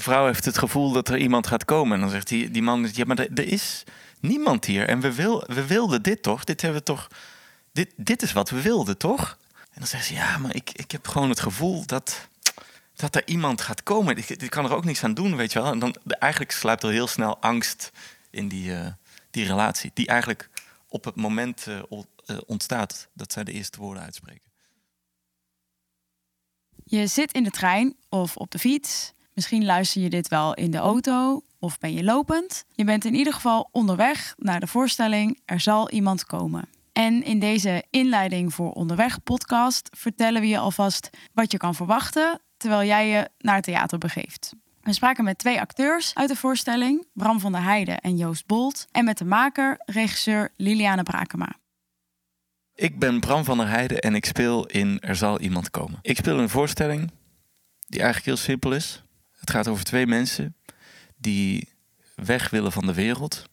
vrouw heeft het gevoel dat er iemand gaat komen. En dan zegt die man, ja, maar er is niemand hier. En we wilden dit toch? Dit hebben we toch... Dit is wat we wilden, toch? En dan zegt ze, ja, maar ik heb gewoon het gevoel dat er iemand gaat komen. Ik kan er ook niks aan doen, weet je wel. En dan eigenlijk sluipt er heel snel angst in die relatie. Die eigenlijk op het moment ontstaat dat zij de eerste woorden uitspreken. Je zit in de trein of op de fiets. Misschien luister je dit wel in de auto of ben je lopend. Je bent in ieder geval onderweg naar de voorstelling Er zal iemand komen. En in deze inleiding voor Onderweg podcast vertellen we je alvast wat je kan verwachten terwijl jij je naar het theater begeeft. We spraken met 2 acteurs uit de voorstelling, Bram van der Heijden en Joost Bolt, en met de maker, regisseur Liliane Brakema. Ik ben Bram van der Heijden en ik speel in Er zal iemand komen. Ik speel een voorstelling die eigenlijk heel simpel is. Het gaat over 2 mensen die weg willen van de wereld.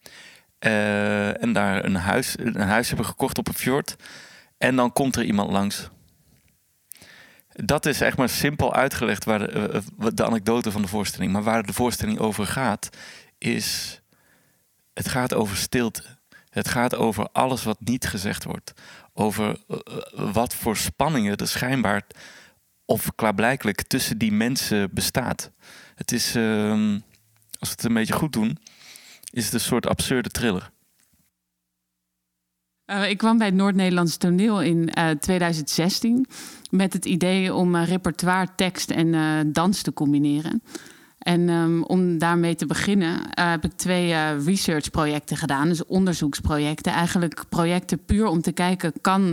En daar een huis hebben gekocht op een fjord. En dan komt er iemand langs. Dat is echt maar simpel uitgelegd waar de anekdote van de voorstelling. Maar waar de voorstelling over gaat, is... Het gaat over stilte. Het gaat over alles wat niet gezegd wordt. Over wat voor spanningen er schijnbaar of klaarblijkelijk tussen die mensen bestaat. Het is, als we het een beetje goed doen, is het een soort absurde thriller. Ik kwam bij het Noord-Nederlands Toneel in 2016 met het idee om repertoire, tekst en dans te combineren. En om daarmee te beginnen heb ik 2 researchprojecten gedaan. Dus onderzoeksprojecten. Eigenlijk projecten puur om te kijken,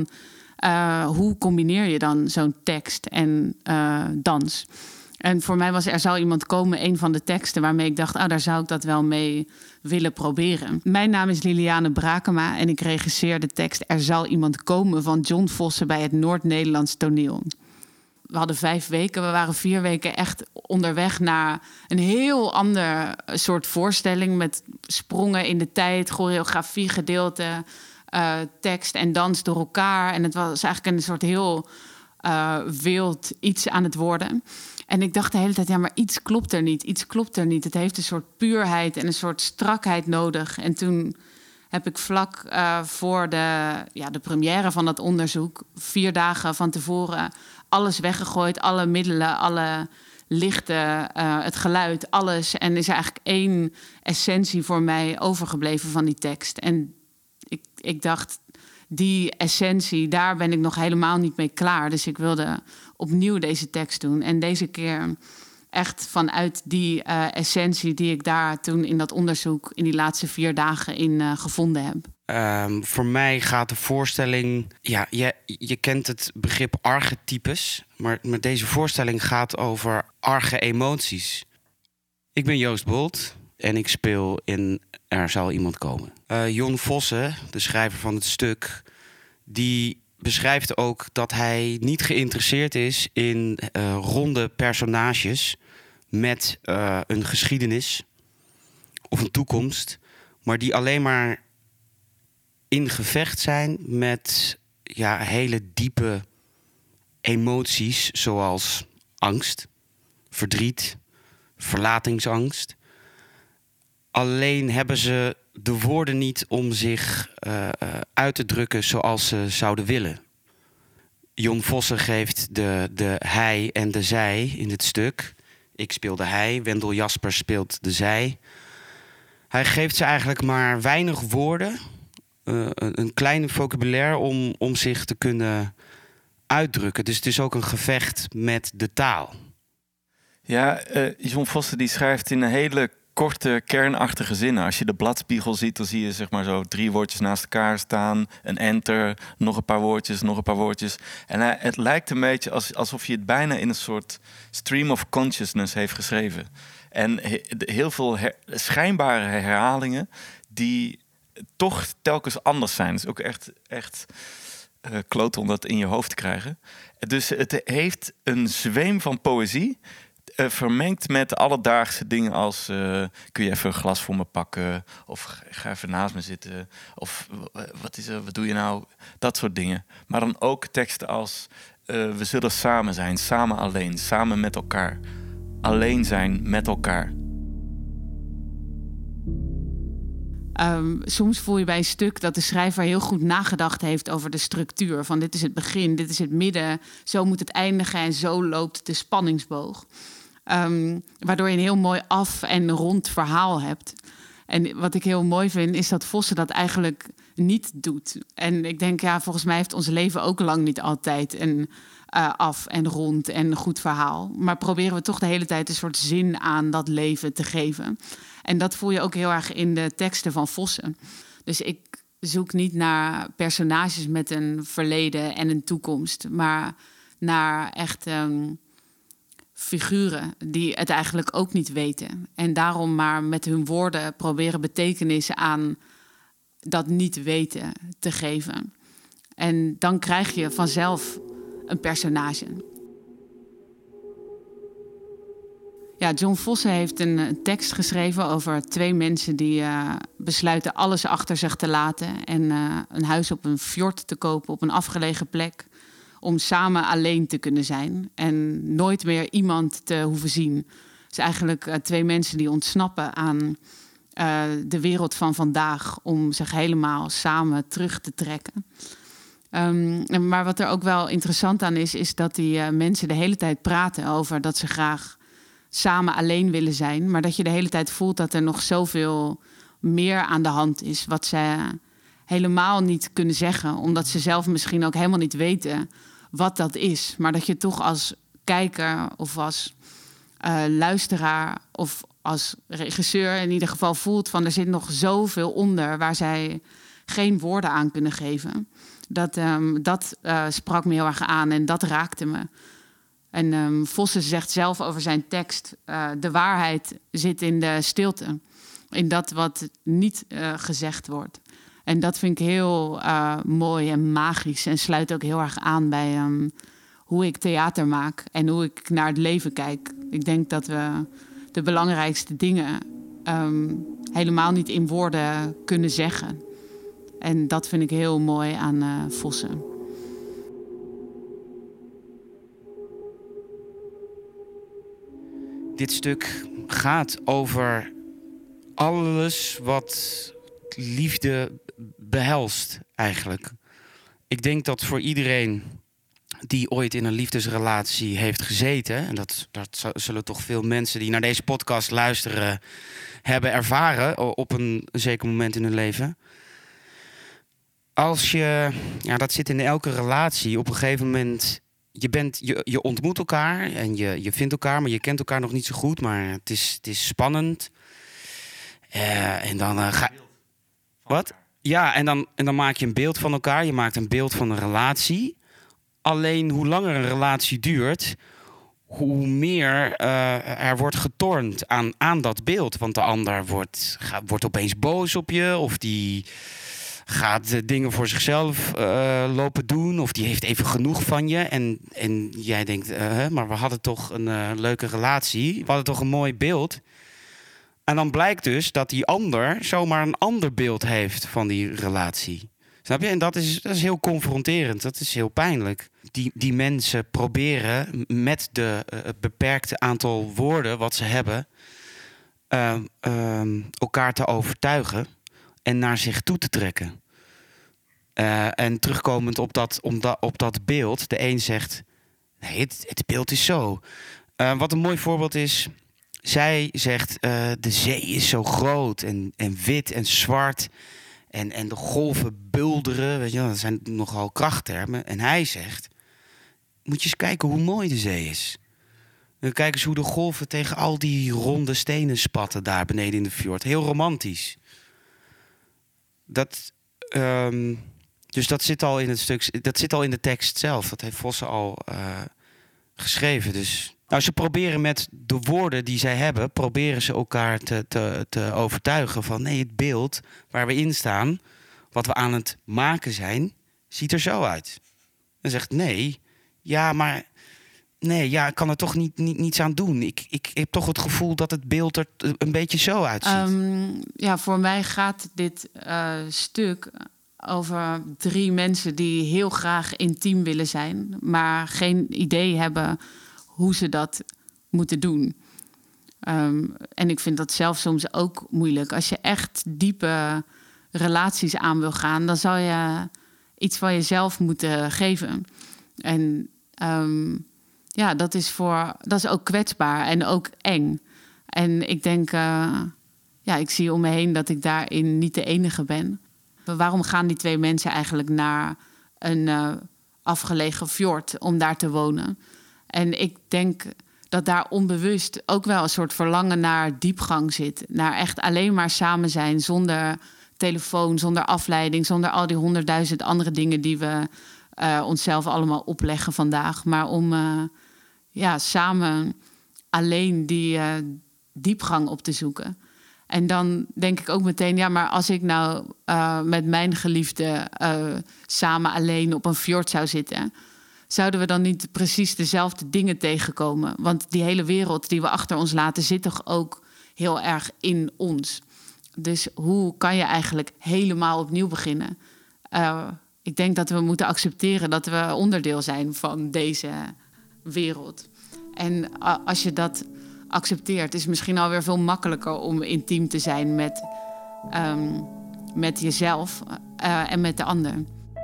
hoe combineer je dan zo'n tekst en dans? En voor mij was Er zal iemand komen een van de teksten waarmee ik dacht, daar zou ik dat wel mee willen proberen. Mijn naam is Liliane Brakema en ik regisseer de tekst Er zal iemand komen van John Vossen bij het Noord-Nederlands Toneel. We hadden 5 weken, we waren 4 weken echt onderweg naar een heel ander soort voorstelling met sprongen in de tijd, choreografie gedeelte, tekst en dans door elkaar. En het was eigenlijk een soort heel wild iets aan het worden. En ik dacht de hele tijd, ja, maar iets klopt er niet. Het heeft een soort puurheid en een soort strakheid nodig. En toen heb ik vlak voor de première van dat onderzoek, 4 dagen van tevoren, alles weggegooid. Alle middelen, alle lichten, het geluid, alles. En is er eigenlijk 1 essentie voor mij overgebleven van die tekst. En ik dacht, die essentie, daar ben ik nog helemaal niet mee klaar. Dus ik wilde opnieuw deze tekst doen. En deze keer echt vanuit die essentie die ik daar toen in dat onderzoek in die laatste 4 dagen in gevonden heb. Voor mij gaat de voorstelling... Ja, je kent het begrip archetypes. Maar deze voorstelling gaat over arge emoties. Ik ben Joost Bolt en ik speel in Er zal iemand komen. John Vossen, de schrijver van het stuk, die beschrijft ook dat hij niet geïnteresseerd is in ronde personages met een geschiedenis of een toekomst, maar die alleen maar in gevecht zijn met hele diepe emoties zoals angst, verdriet, verlatingsangst. Alleen hebben ze de woorden niet om zich uit te drukken zoals ze zouden willen. Jon Vossen geeft de hij en de zij in dit stuk. Ik speel de hij, Wendel Jaspers speelt de zij. Hij geeft ze eigenlijk maar weinig woorden, een klein vocabulaire om zich te kunnen uitdrukken. Dus het is ook een gevecht met de taal. Ja, Jon Vossen die schrijft in een hele korte, kernachtige zinnen. Als je de bladspiegel ziet, dan zie je zeg maar zo 3 woordjes naast elkaar staan. Een enter, nog een paar woordjes. En het lijkt een beetje alsof je het bijna in een soort stream of consciousness heeft geschreven. En heel veel schijnbare herhalingen die toch telkens anders zijn. Het is ook echt kloten om dat in je hoofd te krijgen. Dus het heeft een zweem van poëzie, vermengd met alledaagse dingen als kun je even een glas voor me pakken, of ga even naast me zitten, of wat doe je nou, dat soort dingen. Maar dan ook teksten als we zullen samen zijn, samen alleen, samen met elkaar. alleen zijn met elkaar? Soms voel je bij een stuk dat de schrijver heel goed nagedacht heeft over de structuur. Van dit is het begin, dit is het midden, zo moet het eindigen en zo loopt de spanningsboog. Waardoor je een heel mooi af- en rond verhaal hebt. En wat ik heel mooi vind, is dat Vossen dat eigenlijk niet doet. En ik denk, volgens mij heeft ons leven ook lang niet altijd een af en rond en een goed verhaal. Maar proberen we toch de hele tijd een soort zin aan dat leven te geven. En dat voel je ook heel erg in de teksten van Vossen. Dus ik zoek niet naar personages met een verleden en een toekomst, maar naar echt figuren die het eigenlijk ook niet weten. En daarom maar met hun woorden proberen betekenis aan dat niet weten te geven. En dan krijg je vanzelf een personage. Ja, John Vossen heeft een tekst geschreven over 2 mensen die besluiten alles achter zich te laten en een huis op een fjord te kopen op een afgelegen plek om samen alleen te kunnen zijn en nooit meer iemand te hoeven zien. Het is eigenlijk 2 mensen die ontsnappen aan de wereld van vandaag om zich helemaal samen terug te trekken. Maar wat er ook wel interessant aan is dat die mensen de hele tijd praten over dat ze graag samen alleen willen zijn, maar dat je de hele tijd voelt dat er nog zoveel meer aan de hand is wat ze helemaal niet kunnen zeggen, omdat ze zelf misschien ook helemaal niet weten wat dat is. Maar dat je toch als kijker of als luisteraar of als regisseur in ieder geval voelt van er zit nog zoveel onder waar zij geen woorden aan kunnen geven. Dat sprak me heel erg aan en dat raakte me. En Vossen zegt zelf over zijn tekst, de waarheid zit in de stilte. In dat wat niet gezegd wordt. En dat vind ik heel mooi en magisch. En sluit ook heel erg aan bij hoe ik theater maak. En hoe ik naar het leven kijk. Ik denk dat we de belangrijkste dingen helemaal niet in woorden kunnen zeggen. En dat vind ik heel mooi aan Vossen. Dit stuk gaat over alles wat liefde behelst, eigenlijk. Ik denk dat voor iedereen die ooit in een liefdesrelatie heeft gezeten, en dat zullen toch veel mensen die naar deze podcast luisteren hebben ervaren op een zeker moment in hun leven. Als je, dat zit in elke relatie, op een gegeven moment, je ontmoet elkaar en je vindt elkaar, maar je kent elkaar nog niet zo goed, maar het is spannend. En dan ga wat? Ja, en dan maak je een beeld van elkaar. Je maakt een beeld van een relatie. Alleen hoe langer een relatie duurt, hoe meer er wordt getornd aan dat beeld. Want de ander wordt opeens boos op je, of die gaat dingen voor zichzelf lopen doen, of die heeft even genoeg van je. En jij denkt, maar we hadden toch een leuke relatie. We hadden toch een mooi beeld. En dan blijkt dus dat die ander zomaar een ander beeld heeft van die relatie. Snap je? En dat is heel confronterend. Dat is heel pijnlijk. Die mensen proberen met de beperkte aantal woorden wat ze hebben elkaar te overtuigen en naar zich toe te trekken. En terugkomend op dat beeld, de een zegt, nee, het beeld is zo. Wat een mooi voorbeeld is, zij zegt, de zee is zo groot en wit en zwart. En de golven bulderen, weet je wel, dat zijn nogal krachttermen. En hij zegt, moet je eens kijken hoe mooi de zee is. En kijk eens hoe de golven tegen al die ronde stenen spatten daar beneden in de fjord. Heel romantisch. Dus dat zit al in het stuk, dat zit al in de tekst zelf. Dat heeft Vossen al geschreven. Dus ze proberen met de woorden die zij hebben, proberen ze elkaar te overtuigen van nee, het beeld waar we in staan, wat we aan het maken zijn, ziet er zo uit. Dan zegt nee, ik kan er toch niets aan doen. Ik heb toch het gevoel dat het beeld er een beetje zo uitziet. Voor mij gaat dit stuk over 3 mensen die heel graag intiem willen zijn, maar geen idee hebben hoe ze dat moeten doen. En ik vind dat zelf soms ook moeilijk. Als je echt diepe relaties aan wil gaan, dan zou je iets van jezelf moeten geven. En dat is ook kwetsbaar en ook eng. En ik denk, ik zie om me heen dat ik daarin niet de enige ben. Waarom gaan die 2 mensen eigenlijk naar een afgelegen fjord om daar te wonen? En ik denk dat daar onbewust ook wel een soort verlangen naar diepgang zit. Naar echt alleen maar samen zijn, zonder telefoon, zonder afleiding, zonder al die 100.000 andere dingen die we onszelf allemaal opleggen vandaag. Maar om samen alleen die diepgang op te zoeken. En dan denk ik ook meteen, maar als ik nou met mijn geliefde samen alleen op een fjord zou zitten, zouden we dan niet precies dezelfde dingen tegenkomen? Want die hele wereld die we achter ons laten zit toch ook heel erg in ons. Dus hoe kan je eigenlijk helemaal opnieuw beginnen? Ik denk dat we moeten accepteren dat we onderdeel zijn van deze wereld. En als je dat accepteert, is het misschien alweer veel makkelijker om intiem te zijn met jezelf en met de ander.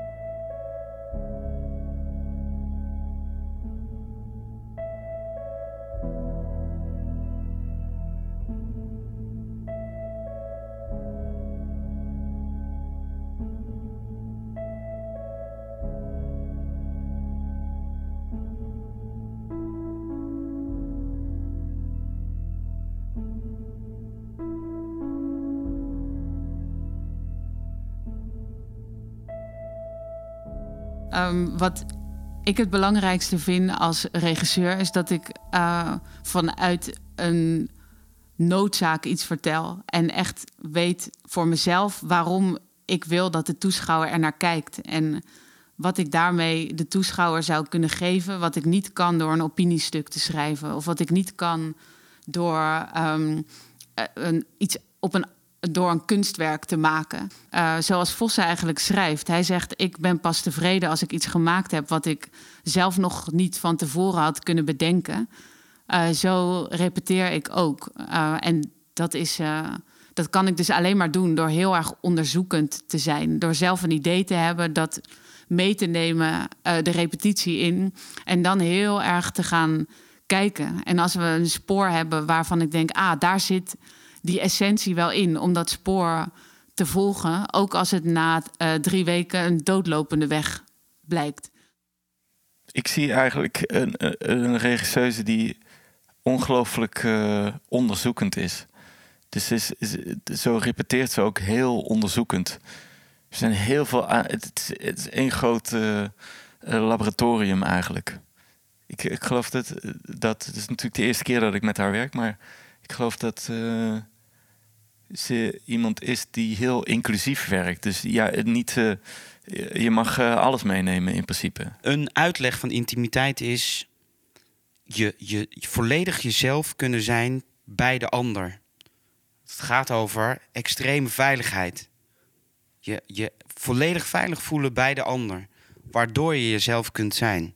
Wat ik het belangrijkste vind als regisseur is dat ik vanuit een noodzaak iets vertel. En echt weet voor mezelf waarom ik wil dat de toeschouwer er naar kijkt. En wat ik daarmee de toeschouwer zou kunnen geven. Wat ik niet kan door een opiniestuk te schrijven. Of wat ik niet kan door door een kunstwerk te maken. Zoals Vosse eigenlijk schrijft. Hij zegt, ik ben pas tevreden als ik iets gemaakt heb wat ik zelf nog niet van tevoren had kunnen bedenken. Zo repeteer ik ook. En dat kan ik dus alleen maar doen door heel erg onderzoekend te zijn. Door zelf een idee te hebben, dat mee te nemen, de repetitie in. En dan heel erg te gaan kijken. En als we een spoor hebben waarvan ik denk, daar zit die essentie wel in, om dat spoor te volgen, ook als het na 3 weken een doodlopende weg blijkt. Ik zie eigenlijk een regisseuse die ongelooflijk onderzoekend is. Dus zo repeteert ze ook heel onderzoekend. Er zijn heel veel het is één groot laboratorium eigenlijk. Ik geloof dat het is natuurlijk de eerste keer dat ik met haar werk, maar ik geloof dat ze iemand is die heel inclusief werkt. Dus je mag alles meenemen in principe. Een uitleg van intimiteit is je volledig jezelf kunnen zijn bij de ander. Het gaat over extreme veiligheid. Je volledig veilig voelen bij de ander. Waardoor je jezelf kunt zijn.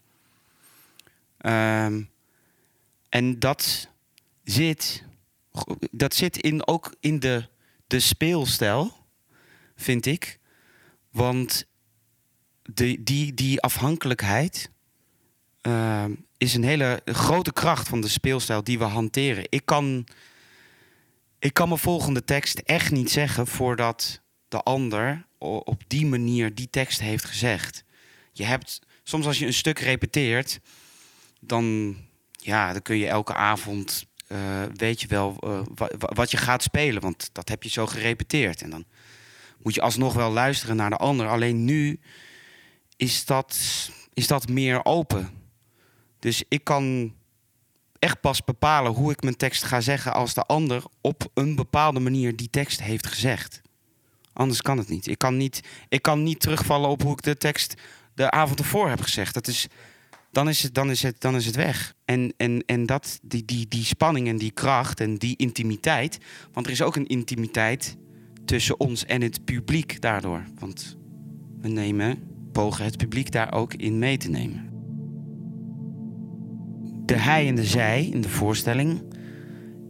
En dat zit ook in de speelstijl, vind ik. Want die afhankelijkheid is een hele grote kracht van de speelstijl die we hanteren. Ik kan mijn volgende tekst echt niet zeggen voordat de ander op die manier die tekst heeft gezegd. Je hebt soms als je een stuk repeteert, dan kun je elke avond weet je wel wat je gaat spelen, want dat heb je zo gerepeteerd. En dan moet je alsnog wel luisteren naar de ander. Alleen nu is dat meer open. Dus ik kan echt pas bepalen hoe ik mijn tekst ga zeggen als de ander op een bepaalde manier die tekst heeft gezegd. Anders kan het niet. Ik kan niet terugvallen op hoe ik de tekst de avond ervoor heb gezegd. Dan is het weg. En dat, die spanning en die kracht en die intimiteit. Want er is ook een intimiteit tussen ons en het publiek daardoor. Want we pogen het publiek daar ook in mee te nemen. De hij en de zij in de voorstelling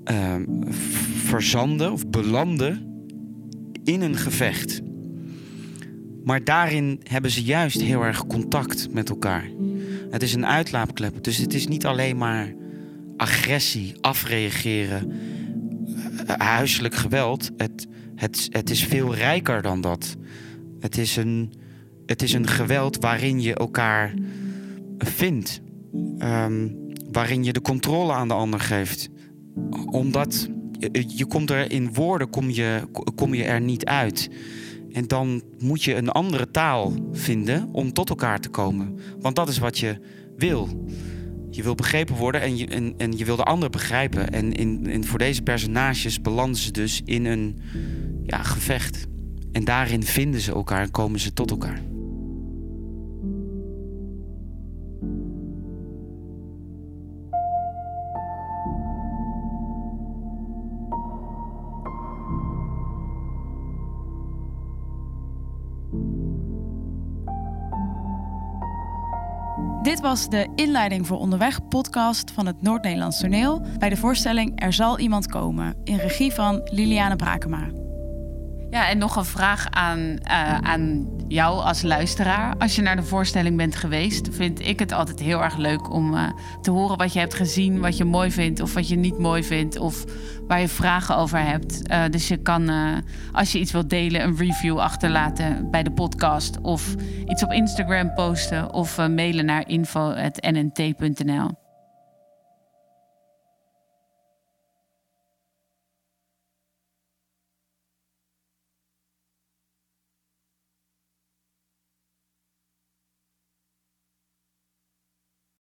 verzanden of belanden in een gevecht. Maar daarin hebben ze juist heel erg contact met elkaar. Het is een uitlaatklep, dus het is niet alleen maar agressie, afreageren, huiselijk geweld. Het is veel rijker dan dat. Het is een geweld waarin je elkaar vindt. Waarin je de controle aan de ander geeft. Omdat je komt er in woorden kom je er niet uit. En dan moet je een andere taal vinden om tot elkaar te komen. Want dat is wat je wil. Je wil begrepen worden en je wil de ander begrijpen. En voor deze personages belanden ze dus in een gevecht. En daarin vinden ze elkaar en komen ze tot elkaar. Dit was de Inleiding voor Onderweg podcast van het Noord-Nederlands Toneel bij de voorstelling Er zal iemand komen, in regie van Liliane Brakema. Ja, en nog een vraag aan jou als luisteraar. Als je naar de voorstelling bent geweest, vind ik het altijd heel erg leuk om te horen wat je hebt gezien, wat je mooi vindt of wat je niet mooi vindt of waar je vragen over hebt. Dus je kan, als je iets wilt delen, een review achterlaten bij de podcast of iets op Instagram posten of mailen naar info@nnt.nl.